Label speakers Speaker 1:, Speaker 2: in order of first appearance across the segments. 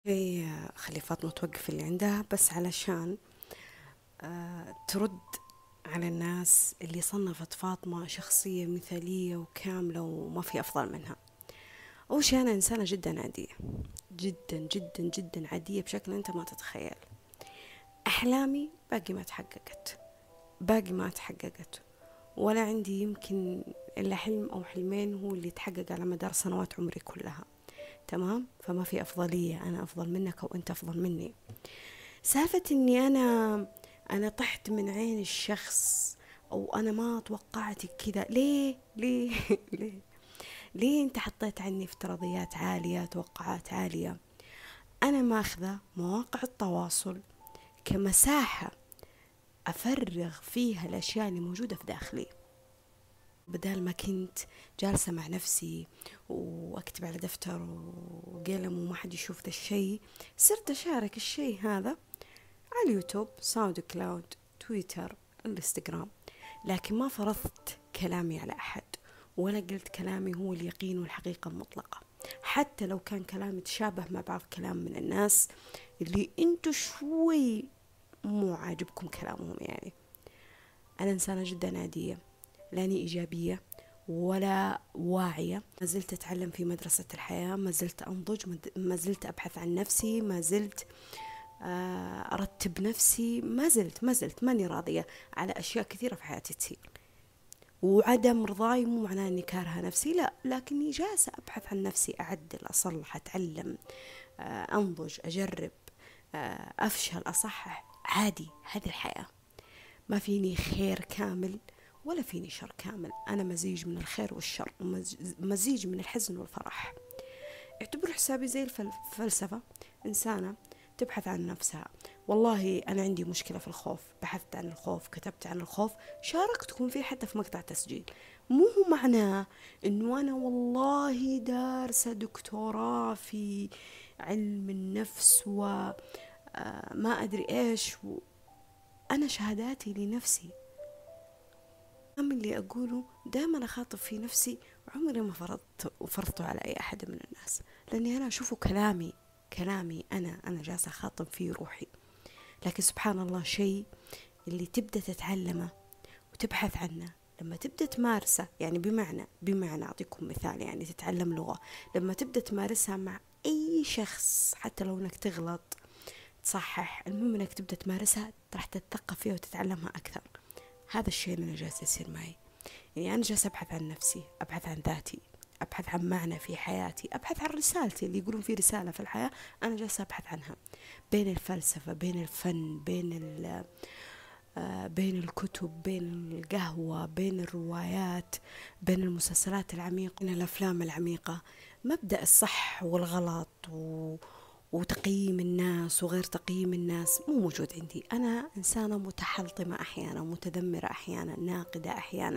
Speaker 1: هي خلي فاطمة توقف اللي عندها بس علشان ترد على الناس اللي صنفت فاطمة شخصية مثالية وكاملة وما في أفضل منها. أول شي أنا إنسانة جدا عادية، جدا جدا جدا عادية بشكل أنت ما تتخيل. أحلامي باقي ما تحققت، ولا عندي يمكن إلا حلم أو حلمين هو اللي تحقق على مدار سنوات عمري كلها. تمام، فما في أفضلية، أنا أفضل منك أو أنت أفضل مني. سالفة اني انا طحت من عين الشخص او انا ما توقعت كذا، ليه ليه ليه انت حطيت عني افتراضيات عالية، توقعات عالية؟ انا ماخذة مواقع التواصل كمساحة افرغ فيها الاشياء اللي موجودة في داخلي، بدال ما كنت جالسة مع نفسي واكتب على دفتر وقلم وما حد يشوف ذا الشيء. صرت اشارك الشيء هذا على اليوتيوب، ساوند كلاود، تويتر، الانستغرام، لكن ما فرضت كلامي على أحد ولا قلت كلامي هو اليقين والحقيقة المطلقة، حتى لو كان كلامي تشابه مع بعض كلام من الناس اللي انتو شوي مو عاجبكم كلامهم يعني. أنا إنسانة جدا عادية، لاني إيجابية ولا واعية، ما زلت أتعلم في مدرسة الحياة، ما زلت أنضج، ما زلت أبحث عن نفسي، ما زلت أرتب نفسي، ما زلت ماني راضية على أشياء كثيرة في حياتي تصير. وعدم رضاي مو معناه أني كارهة نفسي، لا، لكني جالسة أبحث عن نفسي، أعدل، أصلح، أتعلم، أنضج، أجرب، أفشل، أصحح، عادي، هذه الحياة. ما فيني خير كامل ولا فيني شر كامل، أنا مزيج من الخير والشر، مزيج من الحزن والفرح. اعتبر حسابي زي الفلسفة، إنسانة تبحث عن نفسها. والله أنا عندي مشكلة في الخوف، بحثت عن الخوف، كتبت عن الخوف، شاركتكم فيه حتى في مقطع تسجيل. مو هو معناه أنه أنا والله دارسة دكتوراه في علم النفس وما أدري إيش أنا شهاداتي لنفسي. أما اللي أقوله دائما أخاطب في نفسي، عمري ما فرضته على أي أحد من الناس، لأني أنا أشوفه كلامي أنا جالسة أخاطب فيه روحي. لكن سبحان الله، شيء اللي تبدأ تتعلمه وتبحث عنه لما تبدأ تمارسه، يعني بمعنى أعطيكم مثال، يعني تتعلم لغة، لما تبدأ تمارسها مع أي شخص، حتى لو أنك تغلط تصحح، المهم أنك تبدأ تمارسها، راح تتثقف فيها وتتعلمها أكثر. هذا الشيء اللي أنا جالسة يصير معي. يعني أنا جالسة أبحث عن نفسي، أبحث عن ذاتي، أبحث عن معنى في حياتي، أبحث عن رسالتي اللي يقولون في رسالة في الحياة، أنا جالسة أبحث عنها بين الفلسفة، بين الفن، بين الكتب، بين القهوة، بين الروايات، بين المسلسلات العميقة، بين الأفلام العميقة. مبدأ الصح والغلط وتقييم الناس وغير تقييم الناس مو موجود عندي. أنا إنسانة متحلطمة أحيانا، متذمرة أحيانا، ناقدة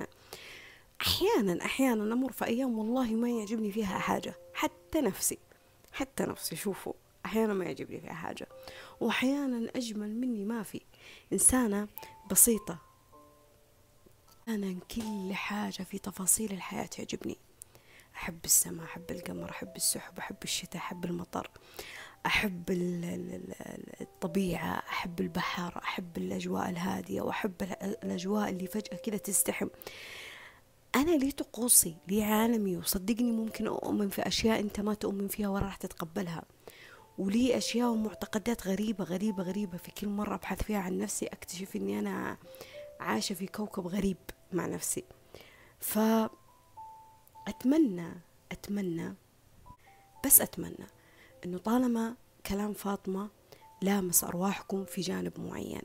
Speaker 1: أحيانا أمر في أيام والله ما يعجبني فيها حاجة، حتى نفسي شوفوا، أحيانا ما يعجبني فيها حاجة، وأحيانا أجمل مني ما في. إنسانة بسيطة، أنا كل حاجة في تفاصيل الحياة تعجبني. أحب السماء، أحب القمر، أحب السحب، أحب الشتاء، أحب المطر، أحب الطبيعة، أحب البحر، أحب الأجواء الهادية، وأحب الأجواء اللي فجأة كذا تزدحم. أنا لي طقوسي، لي عالمي، وصدقني ممكن أؤمن في أشياء أنت ما تؤمن فيها ولا راح تتقبلها، ولي أشياء ومعتقدات غريبة غريبة غريبة، في كل مرة أبحث فيها عن نفسي أكتشف أني أنا عايشة في كوكب غريب مع نفسي. فأتمنى أتمنى بس أتمنى أنه طالما كلام فاطمة لامس أرواحكم في جانب معين،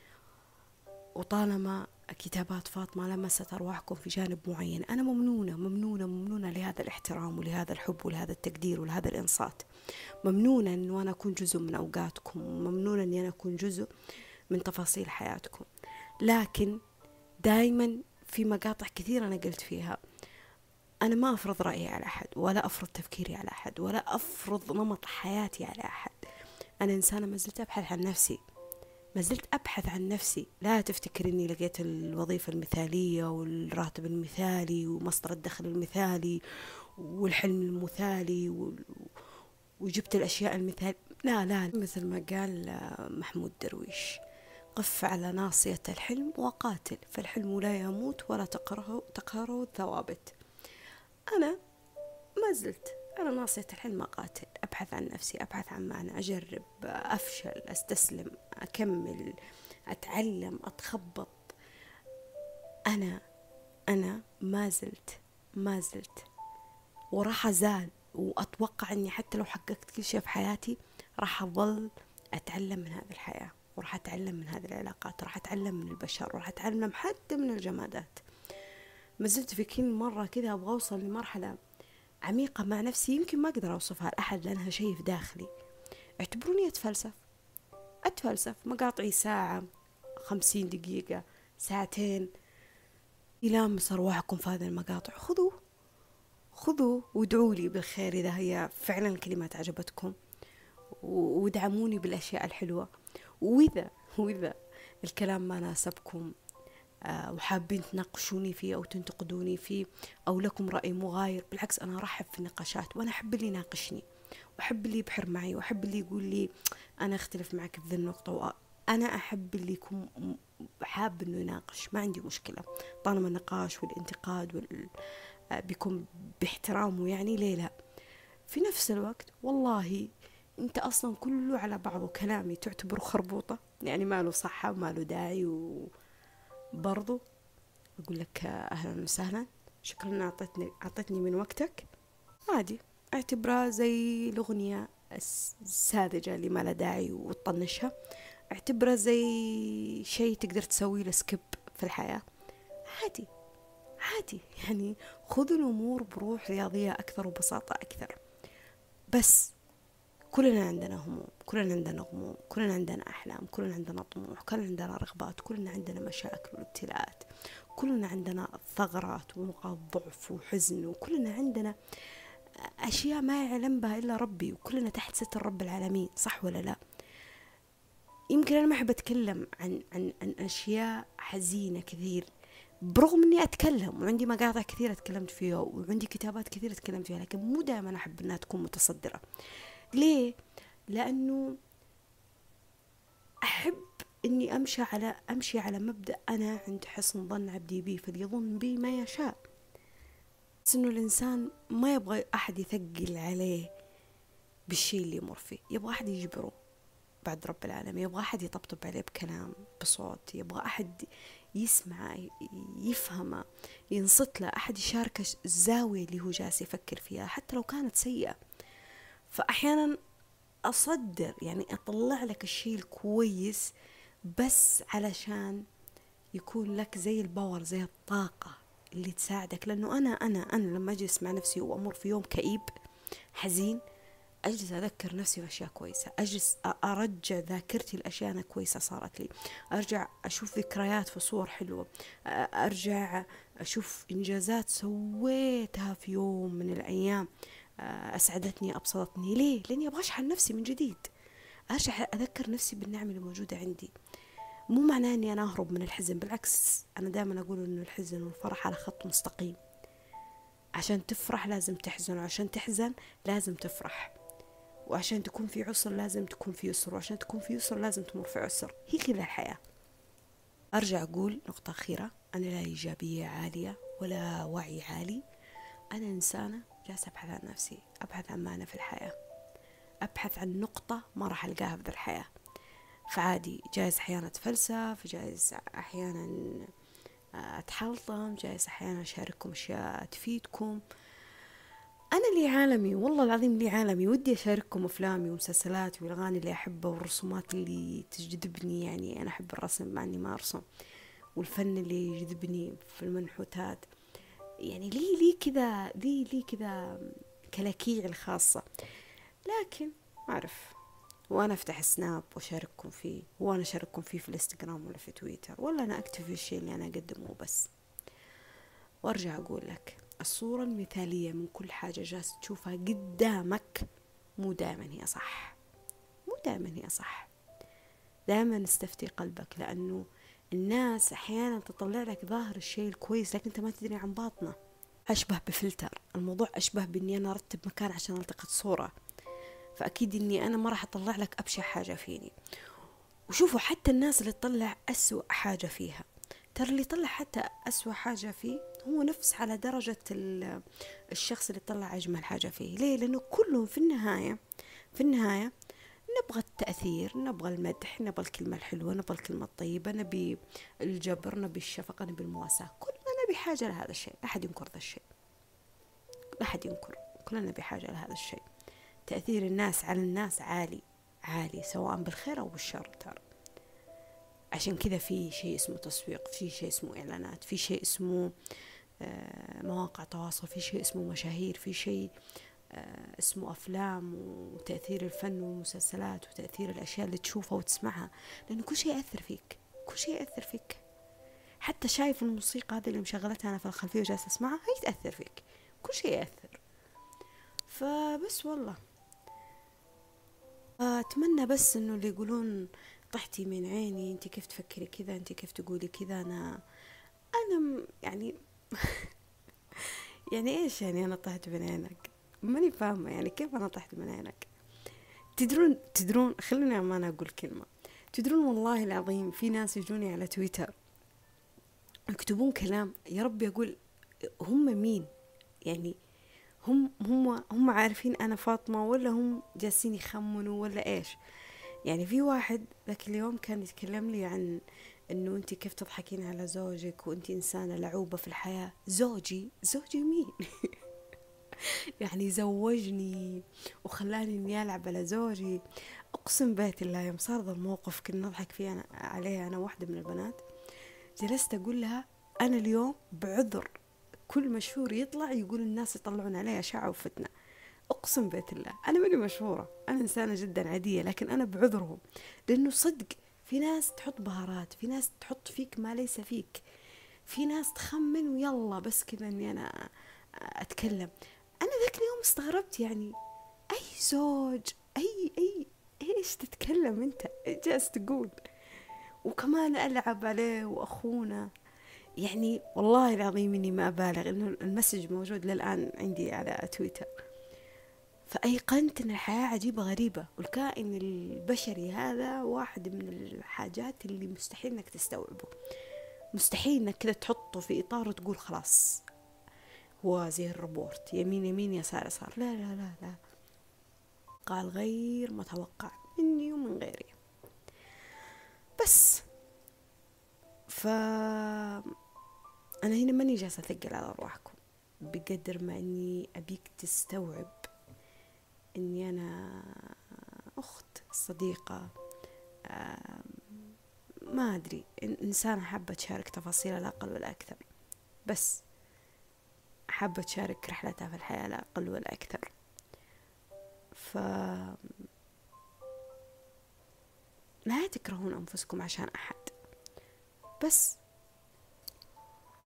Speaker 1: وطالما كتابات فاطمة لمست أرواحكم في جانب معين، أنا ممنونة لهذا الاحترام ولهذا الحب ولهذا التقدير ولهذا الإنصات. ممنونة أنه أنا أكون جزء من أوقاتكم، ممنونة أني أنا أكون جزء من تفاصيل حياتكم. لكن دايما في مقاطع كثيرة أنا قلت فيها أنا ما أفرض رأيي على أحد، ولا أفرض تفكيري على أحد، ولا أفرض نمط حياتي على أحد. أنا إنسانة ما زلت أبحث عن نفسي، ما زلت أبحث عن نفسي. لا تفتكر أني لقيت الوظيفة المثالية والراتب المثالي ومصدر الدخل المثالي والحلم المثالي وجبت الأشياء المثالية. لا لا، مثل ما قال محمود درويش: قف على ناصية الحلم وقاتل، فالحلم لا يموت ولا تقهره الثوابت. أنا ما زلت أنا ناصية الحلم أقاتل، أبحث عن نفسي، أبحث عن معنى، أجرب، أفشل، أستسلم، أكمل، أتعلم، أتخبط. أنا أنا ما زلت وراح أزال، وأتوقع أني حتى لو حققت كل شيء في حياتي راح أظل أتعلم من هذه الحياة، وراح أتعلم من هذه العلاقات، راح أتعلم من البشر، وراح أتعلم حتى من الجمادات. ما زلت في كل مرة كذا أبغى أوصل لمرحلة عميقة مع نفسي، يمكن ما أقدر أوصفها لأحد لأنها شيء في داخلي. اعتبروني أتفلسف مقاطعي ساعة، 50 دقيقة، ساعتين، يلامس أرواحكم في هذه المقاطع. خذوا وادعوا لي بالخير إذا هي فعلا الكلمات عجبتكم، وادعموني بالأشياء الحلوة. وإذا الكلام ما ناسبكم وحابين تناقشوني فيه أو تنتقدوني فيه، أو لكم رأي مغاير، بالعكس أنا أرحب في النقاشات، وأنا أحب اللي يناقشني، وأحب اللي يبحر معي، وأحب اللي يقول لي أنا أختلف معك في ذي النقطة. وأنا أحب اللي يكون حاب إنه يناقش، ما عندي مشكلة طالما النقاش والانتقاد بيكون باحترامه، يعني ليه لا. في نفس الوقت والله انت اصلا كله على بعضه كلامي تعتبره خربوطة، يعني ما له صحة وما له داعي، وبرضو اقول لك اهلا وسهلا، شكرا ان اعطتني من وقتك. عادي، اعتبرها زي الاغنية الساذجة اللي ما لها داعي وتطنشها، اعتبرها زي شيء تقدر تسوي له سكيب في الحياة. عادي عادي، يعني خذوا الامور بروح رياضية اكثر وبساطة اكثر. بس كلنا عندنا هموم، كلنا عندنا غموم، كلنا عندنا أحلام، كلنا عندنا طموح، كلنا عندنا رغبات، كلنا عندنا مشاكل وابتلاءات، كلنا عندنا ثغرات ونقاط ضعف وحزن، وكلنا عندنا أشياء ما يعلم بها إلا ربي، وكلنا تحت ستر رب العالمين، صح ولا لا؟ يمكن أنا ما أحب أتكلم عن أشياء حزينة كثير، برغم أني أتكلم وعندي مقاطع كثيرة تكلمت فيها وعندي كتابات كثيرة تكلمت فيها، لكن مو دائما أحب أنها تكون متصدرة. ليه؟ لأنه أحب إني أمشي على مبدأ أنا عند حسن ظن عبدي بي فليظن بي ما يشاء. بس إنه الإنسان ما يبغى أحد يثقل عليه بالشيء اللي يمر فيه، يبغى أحد يجبره بعد رب العالمين، يبغى أحد يطبطب عليه بكلام، بصوت، يبغى أحد يسمع، يفهمه، ينصت له، أحد يشارك الزاوية اللي هو جالس يفكر فيها حتى لو كانت سيئة. فأحيانا أصدر، يعني أطلع لك الشيء الكويس بس علشان يكون لك زي الباور، زي الطاقة اللي تساعدك. لأنه أنا لما أجلس مع نفسي وأمر في يوم كئيب حزين، أجلس أذكر نفسي بأشياء كويسة، أجلس أرجع ذاكرتي الأشياء أنا كويسة صارت لي، أرجع أشوف ذكريات في صور حلوة، أرجع أشوف إنجازات سويتها في يوم من الأيام أسعدتني، أبسطتني. ليه؟ لأني أبغى أشحن نفسي من جديد، أرجع أذكر نفسي بالنعم اللي موجودة عندي. مو معناه أني أنا أهرب من الحزن، بالعكس أنا دائما أقول أنه الحزن والفرح على خط مستقيم. عشان تفرح لازم تحزن، وعشان تحزن لازم تفرح، وعشان تكون في عسر لازم تكون في يسر، وعشان تكون في يسر لازم تمر في عسر. هي كذا الحياة. أرجع أقول نقطة أخيرة: أنا لا إيجابية عالية ولا وعي عالي، أنا إنسانة جالسة أبحث عن نفسي، أبحث عن معنى في الحياة، أبحث عن نقطة ما راح ألقاها في الحياة. فعادي، جايز أحيانا أتفلسف، جايز أحيانا أتحلطم، جايز أحيانا أشارككم أشياء تفيدكم. أنا لي عالمي، والله العظيم لي عالمي، ودي أشارككم أفلامي ومسلسلاتي والأغاني اللي أحبها والرسومات اللي تجذبني، يعني أنا أحب الرسم مع أني ما أرسم، والفن اللي يجذبني في المنحوتات، يعني لي كذا كلاكيع الخاصة. لكن ما أعرف، وأنا أفتح سناب وأشارككم فيه، وأنا أشارككم فيه في الانستغرام ولا في تويتر، ولا أنا أكتب في الشيء اللي أنا أقدمه بس. وأرجع أقول لك: الصورة المثالية من كل حاجة جالس تشوفها قدامك مو دائما هي صح، مو دائما هي صح. دائما استفتي قلبك، لأنه الناس أحيانا تطلع لك ظاهر الشيء الكويس لكن أنت ما تدري عن باطنه. أشبه بفلتر، الموضوع أشبه بإني أنا أرتب مكان عشان ألتقط صورة، فأكيد إني أنا ما راح أطلع لك أبشع حاجة فيني. وشوفوا حتى الناس اللي تطلع أسوأ حاجة فيها، ترى اللي يطلع حتى أسوأ حاجة فيه هو نفس على درجة الشخص اللي طلع أجمل حاجة فيه. ليه؟ لأنه كلهم في النهاية نبغى التأثير، نبغى المدح، نبغى الكلمة الحلوة، نبغى الكلمة الطيبة، نبي الجبر، نبي الشفقة، نبي المواساة. كلنا نبي حاجة لهذا الشيء، لا أحد ينكر ذا الشيء، لا أحد ينكر، كلنا نبي حاجة لهذا الشيء. تأثير الناس على الناس عالي عالي، سواء بالخير أو بالشر ترى. عشان كذا في شيء اسمه تسويق، في شيء اسمه إعلانات، في شيء اسمه مواقع تواصل، في شيء اسمه مشاهير، في شيء اسمه أفلام، وتأثير الفن والمسلسلات، وتأثير الأشياء اللي تشوفها وتسمعها، لأن كل شيء يأثر فيك، كل شيء يأثر فيك. حتى شايف الموسيقى هذه اللي مشغلتها أنا في الخلفية وجالسة أسمعها، هي تأثر فيك، كل شيء يأثر. فبس والله أتمنى بس إنه اللي يقولون طحتي من عيني، أنت كيف تفكري كذا، أنت كيف تقولي كذا، يعني يعني إيش يعني أنا طحت من عينك؟ ماني فاهمة يعني كيف أنا طحت من عينك. تدرون خلوني ما أنا أقول كلمة. تدرون والله العظيم في ناس يجوني على تويتر يكتبون كلام يا رب يقول هم مين يعني، هم عارفين أنا فاطمة، ولا هم جالسين يخمنوا، ولا إيش يعني. في واحد ذاك اليوم كان يتكلم لي عن انه انت كيف تضحكين على زوجك، وانت انسانة لعوبة في الحياة. زوجي مين؟ يعني زوجني وخلاني اني العب على زوجي. اقسم بيت الله يوم صار ذا الموقف كنا نضحك فيه أنا عليها، انا واحدة من البنات، جلست اقول لها انا اليوم بعذر كل مشهور يطلع يقول الناس يطلعون عليه اشاعة وفتنة. اقسم بيت الله انا ماني مشهورة، انا انسانة جدا عادية، لكن انا بعذرهم، لانه صدق في ناس تحط بهارات، في ناس تحط فيك ما ليس فيك، في ناس تخمن ويلا بس كذا اني انا اتكلم. انا ذاك اليوم استغربت يعني اي زوج، اي ايش تتكلم انت، جالس تقول وكمان العب عليه واخونا. يعني والله العظيم اني ما ابالغ انه المسج موجود للان عندي على تويتر. فأيقنت أن الحياة عجيبة غريبة، والكائن البشري هذا واحد من الحاجات اللي مستحيل أنك تستوعبه، مستحيل أنك كده تحطه في إطار وتقول خلاص هو زي الروبوت يمين يمين يسار يسار. لا لا لا لا، قال غير متوقع مني ومن غيري. بس أنا هنا ماني جالسة أثقل على أرواحكم بقدر ما أني أبيك تستوعب أني أنا أخت، صديقة، ما أدري، إنسانة حابة تشارك تفاصيلها لا أقل ولا أكثر، بس حابة تشارك رحلتها في الحياة لا أقل ولا أكثر. لا تكرهون أنفسكم عشان أحد، بس